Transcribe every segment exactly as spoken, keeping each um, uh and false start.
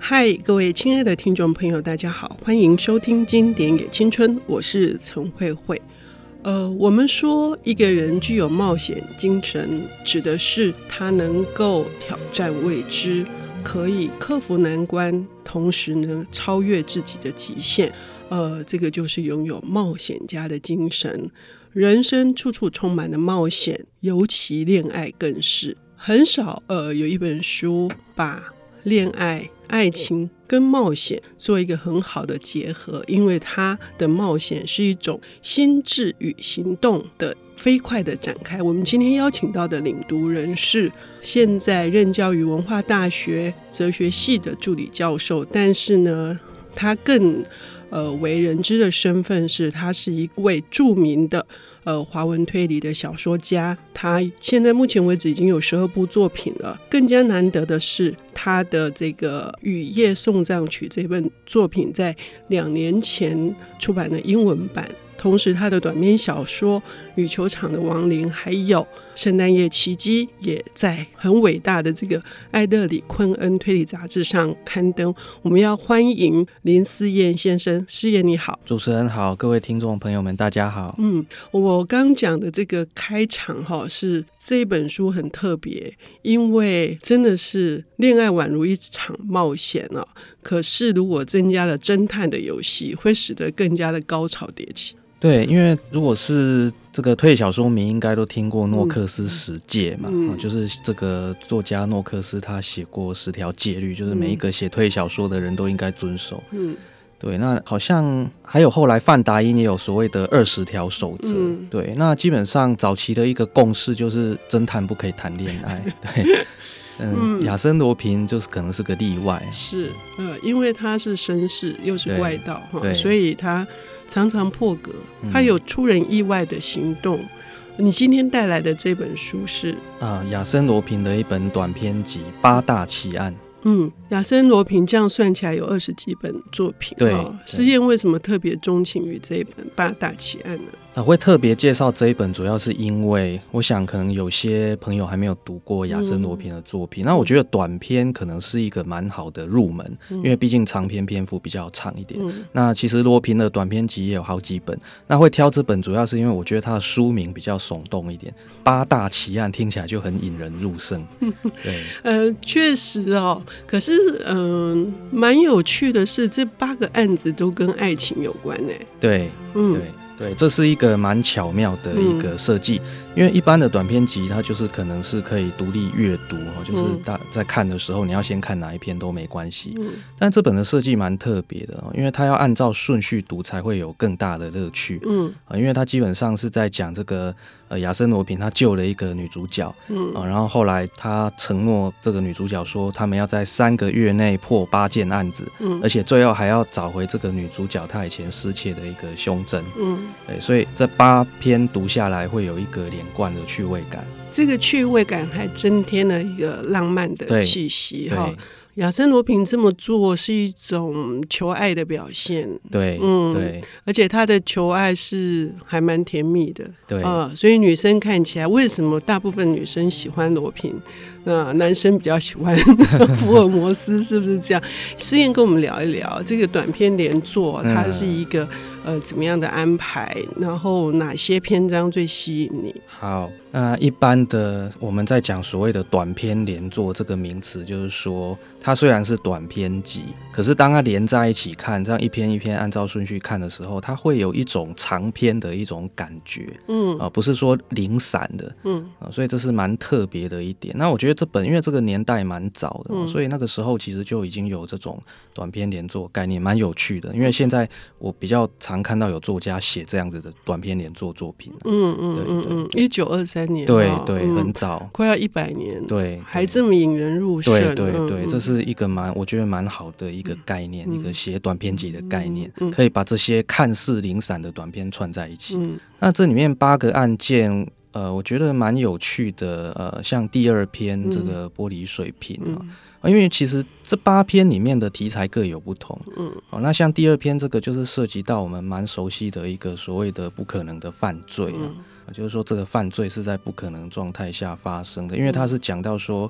嗨，各位亲爱的听众朋友，大家好，欢迎收听经典也青春，我是陈慧慧。呃，我们说一个人具有冒险精神，指的是他能够挑战未知，可以克服难关，同时呢超越自己的极限。呃，这个就是拥有冒险家的精神。人生处处充满了冒险，尤其恋爱更是。很少呃有一本书把恋爱、爱情跟冒险做一个很好的结合，因为它的冒险是一种心智与行动的飞快的展开。我们今天邀请到的领读人是现在任教于文化大学哲学系的助理教授，但是呢他更呃为人知的身份是他是一位著名的呃华文推理的小说家，他现在目前为止已经有十二部作品了。更加难得的是他的这个《雨夜送葬曲》这本作品在两年前出版的英文版，同时他的短篇小说《羽球场的亡灵》还有《圣诞夜奇迹》也在很伟大的这个艾勒里昆恩推理杂志上刊登。我们要欢迎林思燕先生。思燕你好。 主持人好，各位听众朋友们大家好。 嗯，我刚讲的这个开场是这本书很特别，因为真的是恋爱宛如一场冒险啊，可是如果增加了侦探的游戏，会使得更加的高潮迭起。 对，因为如果是这个推理小说迷应该都听过诺克斯十戒嘛、嗯嗯、就是这个作家诺克斯他写过十条戒律，就是每一个写推理小说的人都应该遵守。嗯，对，那好像还有后来范达因也有所谓的二十条守则、嗯、对，那基本上早期的一个共识就是侦探不可以谈恋爱对嗯，亚森罗平就是可能是个例外， 是呃，因为他是绅士又是怪盗哈，所以他常常破格，他有出人意外的行动。嗯、你今天带来的这本书是啊，亚森罗平的一本短篇集《八大奇案》。 嗯，亚森罗平这样算起来有二十几本作品。 对， 思燕为什么特别钟情于这一本《八大奇案》呢？ 啊，会特别介绍这一本，主要是因为我想可能有些朋友还没有读过亚森罗平的作品、嗯、那我觉得短篇可能是一个蛮好的入门、嗯、因为毕竟长篇篇幅比较长一点、嗯、那其实罗平的短篇集也有好几本，那会挑这本主要是因为我觉得它的书名比较耸动一点，八大奇案听起来就很引人入胜对， 呃，确实哦，可是嗯，蛮、呃、有趣的是这八个案子都跟爱情有关耶。 对，嗯，对对，这是一个蛮巧妙的一个设计、嗯、因为一般的短篇集它就是可能是可以独立阅读，就是大在看的时候你要先看哪一篇都没关系、嗯、但这本的设计蛮特别的，因为它要按照顺序读才会有更大的乐趣、嗯、因为它基本上是在讲这个呃亚森罗平他救了一个女主角、嗯呃、然后后来他承诺这个女主角说他们要在三个月内破八件案子、嗯、而且最后还要找回这个女主角她以前失窃的一个凶证、嗯对，所以这八篇读下来会有一个连贯的趣味感， 这个趣味感还增添了一个浪漫的气息哈。亚森罗平这么做是一种求爱的表现， 对，嗯，对， 而且他的求爱是还蛮甜蜜的， 对、 呃、所以女生看起来，为什么大部分女生喜欢罗平，呃、男生比较喜欢福尔摩斯，是不是这样？思燕跟我们聊一聊这个短篇连作，它是一个、嗯、呃怎么样的安排，然后哪些篇章最吸引你？ 好，那一般的我们在讲所谓的短篇连作这个名词，就是说它虽然是短篇集，可是当它连在一起看，这样一篇一篇按照顺序看的时候，它会有一种长篇的一种感觉，嗯、呃、不是说零散的，嗯、呃、所以这是蛮特别的一点。那我觉得这本因为这个年代蛮早的、嗯、所以那个时候其实就已经有这种短篇连作概念，蛮有趣的。因为现在我比较常看到有作家写这样子的短篇连作作品， 嗯嗯嗯嗯，一九二三年， 对对、嗯，很早， 快要一百年， 对， 还这么引人入胜， 对对对，嗯、这是一个蛮我觉得蛮好的一个概念，嗯、一个写短篇集的概念、嗯嗯，可以把这些看似零散的短篇串在一起。嗯、那这里面八个案件。呃，我觉得蛮有趣的，呃，像第二篇这个玻璃水瓶、啊嗯嗯、因为其实这八篇里面的题材各有不同，嗯，哦，那像第二篇这个就是涉及到我们蛮熟悉的一个所谓的不可能的犯罪、啊嗯、就是说这个犯罪是在不可能状态下发生的，因为它是讲到说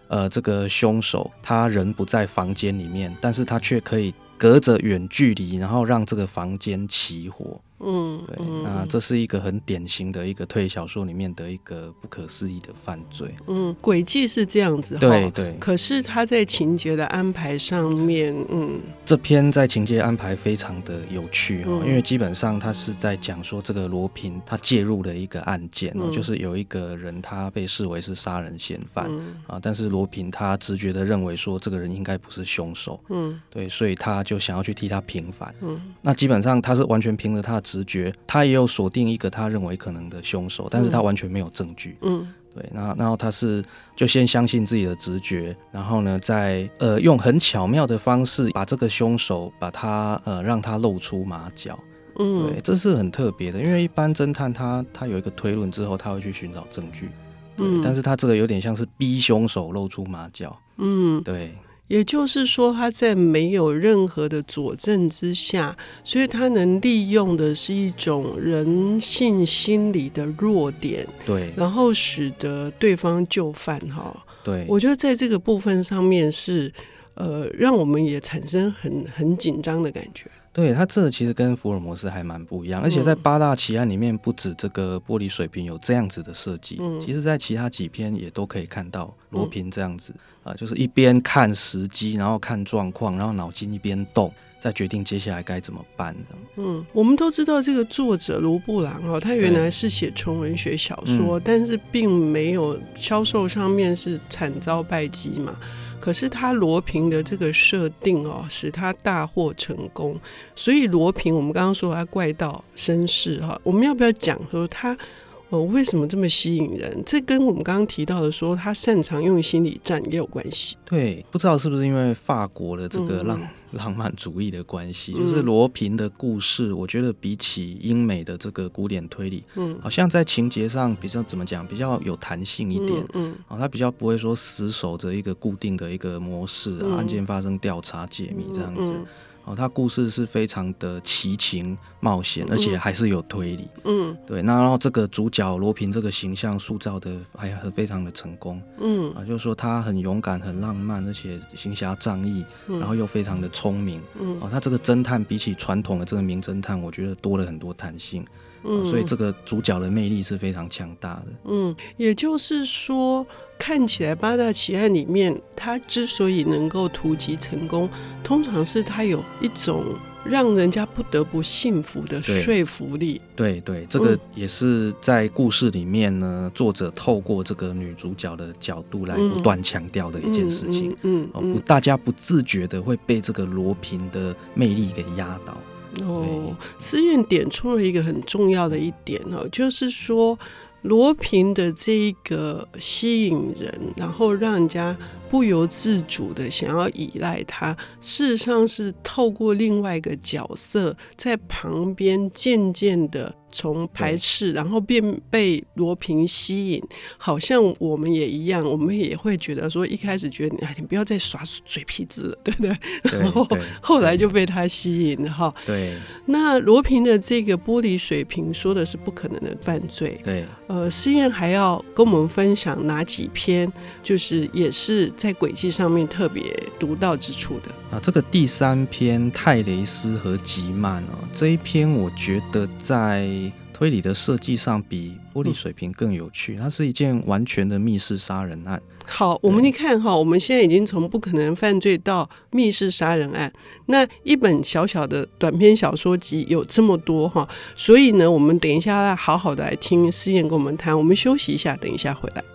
呃这个凶手他人不在房间里面，但是他却可以隔着远距离，然后让这个房间起火。嗯，对，那这是一个很典型的一个推理小说里面的一个不可思议的犯罪。 嗯，轨迹是这样子， 对对。 可是他在情节的安排上面，嗯， 这篇在情节安排非常的有趣、嗯、因为基本上他是在讲说这个罗平他介入了一个案件、嗯、就是有一个人他被视为是杀人嫌犯、嗯啊、但是罗平他直觉的认为说这个人应该不是凶手，嗯，对，所以他就想要去替他平反。嗯，那基本上他是完全凭着他的直觉，他也有锁定一个他认为可能的凶手，但是他完全没有证据。嗯，对，然后他是就先相信自己的直觉，然后呢，再呃用很巧妙的方式把这个凶手把他呃让他露出马脚。嗯，对，这是很特别的，因为一般侦探他他有一个推论之后，他会去寻找证据，对、嗯，但是他这个有点像是逼凶手露出马脚。嗯，对。 也就是说他在没有任何的佐证之下，所以他能利用的是一种人性心理的弱点， 对， 然后使得对方就范。 对， 我觉得在这个部分上面是呃，让我们也产生很很紧张的感觉。 对，他这个其实跟福尔摩斯还蛮不一样，而且在八大奇案里面不止这个玻璃水瓶有这样子的设计、嗯、其实在其他几篇也都可以看到罗平这样子、嗯呃、就是一边看时机，然后看状况，然后脑筋一边动，再决定接下来该怎么办。 嗯，我们都知道这个作者卢布朗、哦、他原来是写纯文学小说、嗯、但是并没有销售上面是惨遭败绩嘛，可是他罗平的这个设定、哦、使他大获成功。所以罗平我们刚刚说他怪盗绅士、哦、我们要不要讲说他呃，为什么这么吸引人？这跟我们刚刚提到的说他擅长用心理战也有关系。 对，不知道是不是因为法国的这个浪、嗯、浪漫主义的关系、嗯、就是罗平的故事我觉得比起英美的这个古典推理、嗯、好像在情节上比较怎么讲比较有弹性一点。嗯嗯哦、他比较不会说死守着一个固定的一个模式、啊嗯、案件发生调查解密这样子。嗯嗯哦、他故事是非常的奇情冒险、嗯、而且还是有推理。嗯，对，那然后这个主角罗平这个形象塑造的还很非常的成功。嗯啊，就是说他很勇敢很浪漫，而且行侠仗义、嗯、然后又非常的聪明。嗯、哦、他这个侦探比起传统的这个名侦探我觉得多了很多弹性。嗯、所以这个主角的魅力是非常强大的。 嗯，也就是说看起来八大奇案里面他之所以能够突击成功，通常是他有一种让人家不得不信服的说服力。 对 对, 对，这个也是在故事里面呢、嗯、作者透过这个女主角的角度来不断强调的一件事情。嗯嗯嗯嗯、大家不自觉的会被这个罗平的魅力给压倒。 哦，思燕点出了一个很重要的一点、哦、就是说罗平的这个吸引人，然后让人家不由自主的想要依赖他，事实上是透过另外一个角色在旁边渐渐的从排斥然后变被罗平吸引。好像我们也一样，我们也会觉得说一开始觉得 你, 你不要再耍嘴皮子了，对不对？ 对， 然后后来就被他吸引了哈。 对， 那罗平的这个玻璃水瓶说的是不可能的犯罪。 对， 呃，思燕还要跟我们分享哪几篇就是也是在轨迹上面特别独到之处的啊？这个第三篇泰雷斯和吉曼、哦、这一篇我觉得在推理的设计上比玻璃水瓶更有趣、嗯、它是一件完全的密室杀人案。 好，我们你看哈，我们现在已经从不可能犯罪到密室杀人案，那一本小小的短篇小说集有这么多哈，所以呢我们等一下好好的来听思燕跟我们谈。我们休息一下，等一下回来。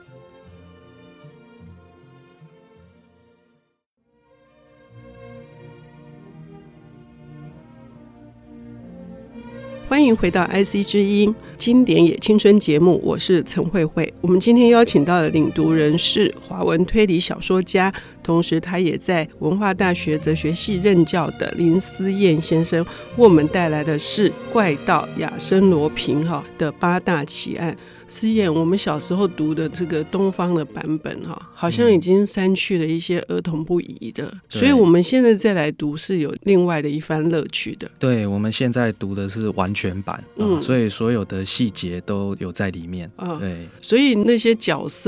欢迎回到 I C 之音经典也青春节目，我是陈慧慧。我们今天邀请到的领读人是华文推理小说家，同时他也在文化大学哲学系任教的林思燕先生，为我们带来的是怪盗亚森罗平的八大奇案。思燕，我们小时候读的这个东方的版本好像已经删去了一些儿童不宜的、嗯、所以我们现在再来读是有另外的一番乐趣的。 对，我们现在读的是完全版、嗯啊、所以所有的细节都有在里面、啊、对， 所以那些角色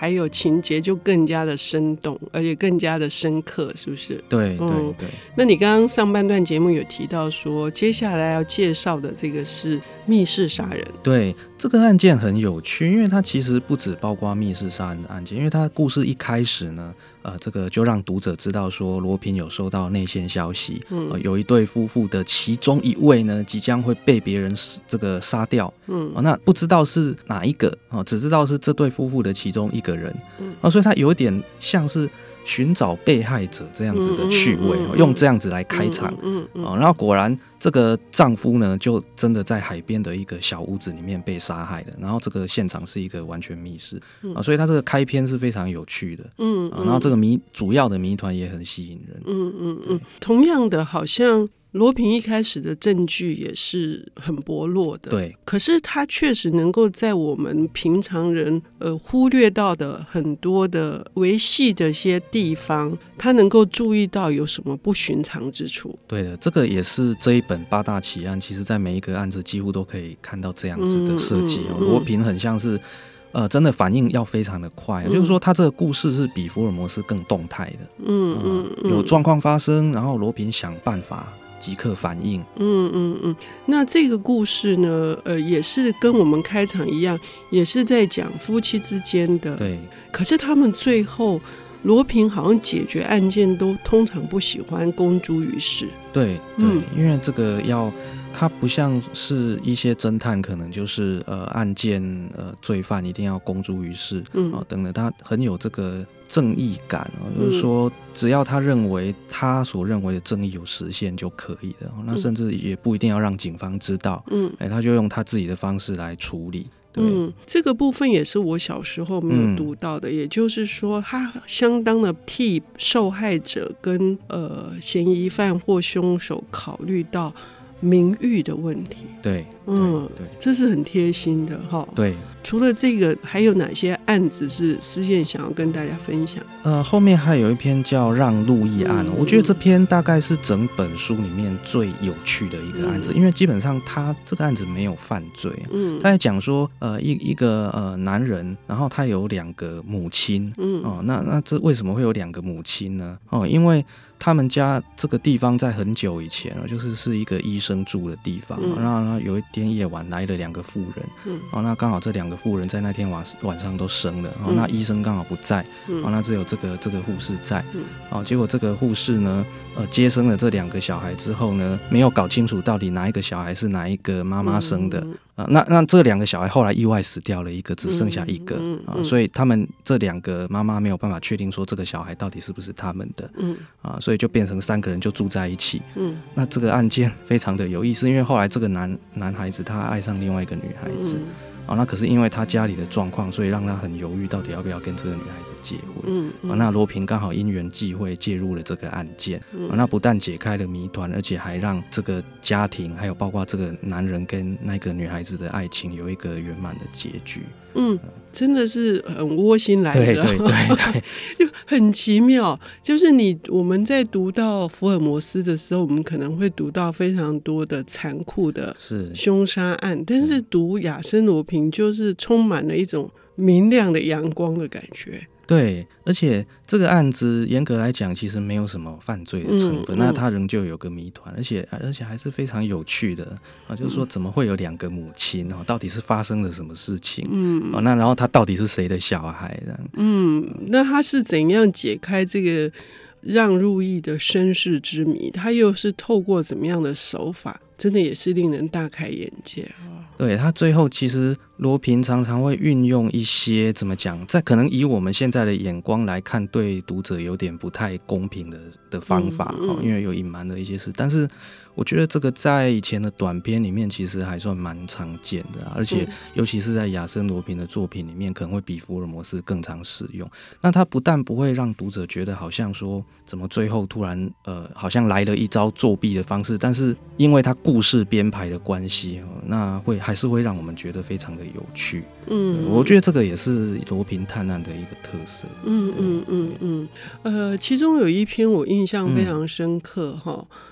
还有情节就更加的生动，而且更加的深刻，是不是？ 对对对、嗯。 那你刚刚上半段节目有提到说，接下来要介绍的这个是密室杀人。 对，这个案件很有趣，因为它其实不只包括密室杀人的案件，因为它故事一开始呢，呃，这个就让读者知道说罗平有收到内线消息，嗯呃、有一对夫妇的其中一位呢即将会被别人这个杀掉，嗯、呃，那不知道是哪一个，呃、只知道是这对夫妇的其中一个人，嗯呃、所以它有点像是寻找被害者这样子的趣味，嗯嗯嗯、用这样子来开场，嗯嗯嗯呃、然后果然这个丈夫呢就真的在海边的一个小屋子里面被杀害的，然后这个现场是一个完全密室，嗯呃、所以它这个开篇是非常有趣的，嗯呃、然后这个谜主要的谜团也很吸引人， 嗯嗯嗯，同样的好像罗平一开始的证据也是很薄弱的， 对， 可是他确实能够在我们平常人呃忽略到的很多的维系的一些地方，他能够注意到有什么不寻常之处。 对的，这个也是这一本八大奇案，其实在每一个案子几乎都可以看到这样子的设计，嗯嗯嗯、罗平很像是呃，真的反应要非常的快，嗯、就是说他这个故事是比福尔摩斯更动态的，嗯嗯嗯、有状况发生，然后罗平想办法即刻反应。 嗯嗯嗯，那这个故事呢，呃，也是跟我们开场一样，也是在讲夫妻之间的。 对。 可是他们最后，罗平好像解决案件都通常不喜欢公诸于世。 对对、嗯，因为这个要。它不像是一些侦探，可能就是呃案件呃罪犯一定要公诸于世，嗯、呃、等等，他很有这个正义感、呃嗯、就是说只要他认为他所认为的正义有实现就可以的，那甚至也不一定要让警方知道，嗯，哎、欸，他就用他自己的方式来处理。 嗯，这个部分也是我小时候没有读到的，嗯、也就是说，他相当的替受害者跟呃嫌疑犯或凶手考虑到名誉的问题。 对， 嗯，对，这是很贴心的哈。 对， 除了这个，还有哪些案子是思燕想要跟大家分享？ 呃，后面还有一篇叫《让路易案》，嗯，我觉得这篇大概是整本书里面最有趣的一个案子，嗯，因为基本上他这个案子没有犯罪，嗯，他在讲说，呃，一一个呃男人，然后他有两个母亲，嗯，哦，那那这为什么会有两个母亲呢？哦，因为他们家这个地方在很久以前，就是是一个医生住的地方，嗯，然后有一天夜晚来了两个妇人，嗯，哦，那刚好这两个妇人在那天晚晚上都生了，哦，嗯，那医生刚好不在，嗯，哦，那只有这个这个护士在，嗯，哦，结果这个护士呢，呃，接生了这两个小孩之后呢，没有搞清楚到底哪一个小孩是哪一个妈妈生的，嗯呃、那那这两个小孩后来意外死掉了一个，只剩下一个，嗯嗯呃、所以他们这两个妈妈没有办法确定说这个小孩到底是不是他们的，嗯啊，所以就变成三个人就住在一起，嗯，那这个案件非常的有意思，因为后来这个男男孩子他爱上另外一个女孩子，嗯哦，那可是因为他家里的状况，所以让他很犹豫，到底要不要跟这个女孩子结婚。嗯嗯哦，那罗平刚好因缘际会介入了这个案件，嗯哦，那不但解开了谜团，而且还让这个家庭，还有包括这个男人跟那个女孩子的爱情有一个圆满的结局。嗯， 真的是很窝心来着， 对对对对， 就很奇妙。就是你我们在读到福尔摩斯的时候，我们可能会读到非常多的残酷的凶杀案，但是读亚森罗平就是充满了一种明亮的阳光的感觉。 对，而且这个案子严格来讲其实没有什么犯罪的成分，嗯嗯，那它仍旧有个谜团，而且而且还是非常有趣的啊，就是说怎么会有两个母亲，哦，到底是发生了什么事情，嗯，哦，那然后他到底是谁的小孩这样， 嗯，那他是怎样解开这个让路易的身世之谜，他又是透过怎么样的手法，真的也是令人大开眼界。 对，他最后其实罗平常常会运用一些怎么讲，在可能以我们现在的眼光来看，对读者有点不太公平的的方法，嗯嗯，因为有隐瞒的一些事，但是我觉得这个在以前的短篇里面其实还算蛮常见的，啊，而且尤其是在亚森罗平的作品里面可能会比福尔摩斯更常使用。那他不但不会让读者觉得好像说怎么最后突然呃好像来了一招作弊的方式，但是因为他故事编排的关系，呃、那会还是会让我们觉得非常的有趣。嗯，我觉得这个也是罗平探案的一个特色。嗯嗯嗯嗯，呃，其中有一篇我印象非常深刻哈，嗯，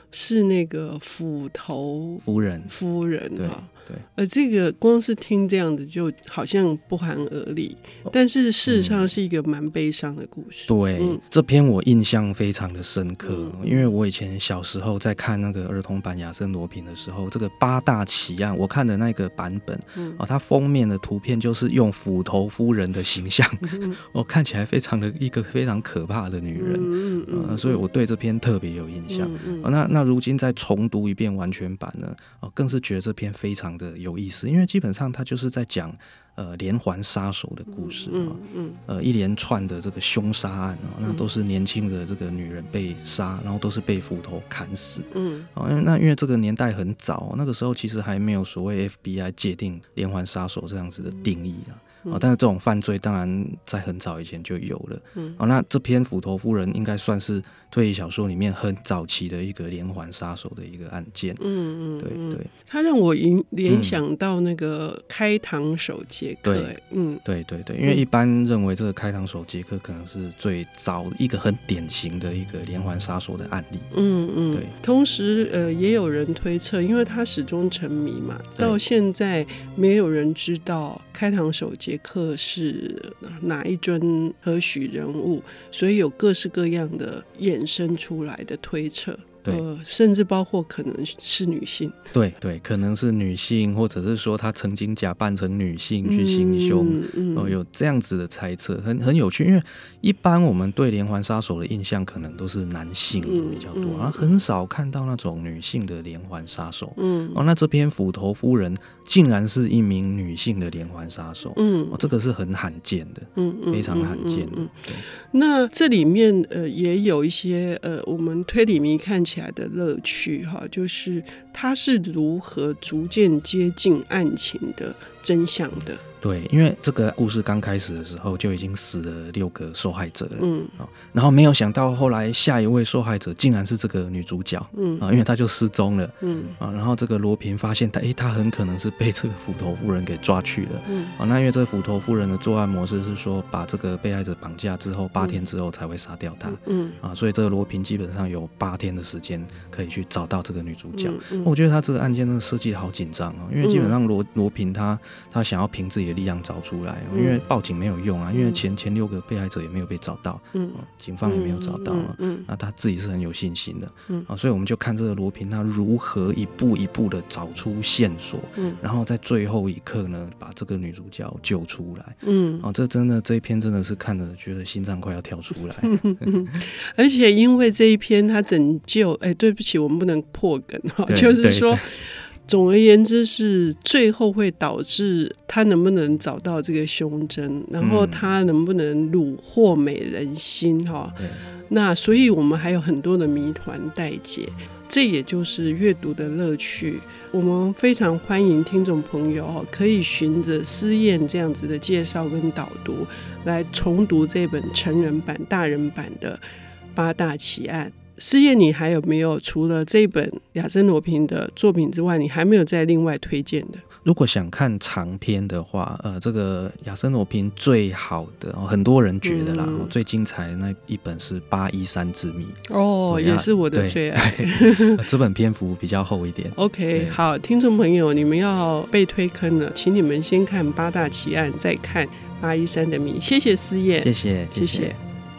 是那个斧头夫人夫人对哈。 对， 呃，这个光是听这样子就好像不寒而栗， 哦、 但是事实上是一个蛮悲伤的故事。 对、 嗯， 这篇我印象非常的深刻、 嗯， 因为我以前小时候在看那个儿童版亚森罗平的时候，这个八大奇案，我看的那个版本，嗯哦、它封面的图片就是用斧头夫人的形象，嗯哦、看起来非常的一个非常可怕的女人，嗯嗯呃、所以我对这篇特别有印象。嗯嗯哦、那那如今再重读一遍完全版呢，哦、更是觉得这篇非常的有意思，因为基本上它就是在讲呃连环杀手的故事、嗯嗯、呃一连串的这个凶杀案、哦、那都是年轻的这个女人被杀，然后都是被斧头砍死。嗯，哦、那因为这个年代很早，那个时候其实还没有所谓 F B I 界定连环杀手这样子的定义啊。哦、但是这种犯罪当然在很早以前就有了。嗯，哦、那这篇斧头夫人应该算是推理小说里面很早期的一个连环杀手的一个案件。嗯嗯，对对， 他让我联想到那个开膛手杰克。对，嗯， 对对对，因为一般认为这个开膛手杰克可能是最早一个很典型的一个连环杀手的案例。嗯嗯，对。同时，呃，也有人推测，因为他始终沉迷嘛，到现在没有人知道开膛手杰克是哪一尊何许人物，所以有各式各样的衍生出来的推测。呃，甚至包括可能是女性， 对对，可能是女性，或者是说她曾经假扮成女性去行凶，嗯嗯呃、有这样子的猜测，很很有趣。因为一般我们对连环杀手的印象可能都是男性比较多，然后、嗯嗯、很少看到那种女性的连环杀手。嗯，哦，那这篇斧头夫人竟然是一名女性的连环杀手，嗯、哦，这个是很罕见的，嗯，非常罕见的。嗯嗯嗯嗯、 那这里面呃也有一些呃我们推理迷看起来的乐趣哈，就是他是如何逐渐接近案情的真相的。 对，因为这个故事刚开始的时候就已经死了六个受害者了，嗯，然后没有想到后来下一位受害者竟然是这个女主角，嗯啊，因为她就失踪了，嗯啊，然后这个罗平发现她，哎，她很可能是被这个斧头夫人给抓去了，嗯啊，那因为这个斧头夫人的作案模式是说，把这个被害者绑架之后，八天之后才会杀掉她，嗯啊，所以这个罗平基本上有八天的时间可以去找到这个女主角。嗯嗯、我觉得他这个案件真的设计的好紧张哦，因为基本上罗罗平他他想要凭自己的力量找出来，因为报警没有用啊，因为前前六个被害者也没有被找到，嗯，警方也没有找到啊，嗯，那他自己是很有信心的，嗯啊，所以我们就看这个罗平他如何一步一步的找出线索，嗯，然后在最后一刻呢，把这个女主角救出来，嗯，啊，这真的这一篇真的是看着觉得心脏快要跳出来， 而且因为这一篇他拯救，哎，对不起，我们不能破梗哈，就是说。总而言之是最后会导致他能不能找到这个凶真，然后他能不能虏获美人心哈、嗯。那所以我们还有很多的谜团待解，这也就是阅读的乐趣。我们非常欢迎听众朋友可以循着思燕这样子的介绍跟导读来重读这本成人版、大人版的八大奇案。思燕，你还有没有除了这本亚森罗平的作品之外，你还没有再另外推荐的？ 如果想看长篇的话，呃，这个亚森罗平最好的、哦、很多人觉得啦、嗯、最精彩的那一本是《八一三之谜》 哦，也是我的最爱。 这本篇幅比较厚一点。 OK， 好，听众朋友，你们要被推坑了，请你们先看八大奇案，再看八一三的谜。谢谢思燕， 谢谢， 谢谢。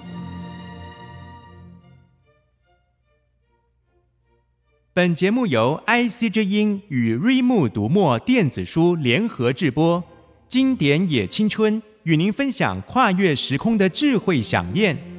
本节目由 I C 之音与瑞木读墨电子书联合制播，经典也青春与您分享跨越时空的智慧饗宴。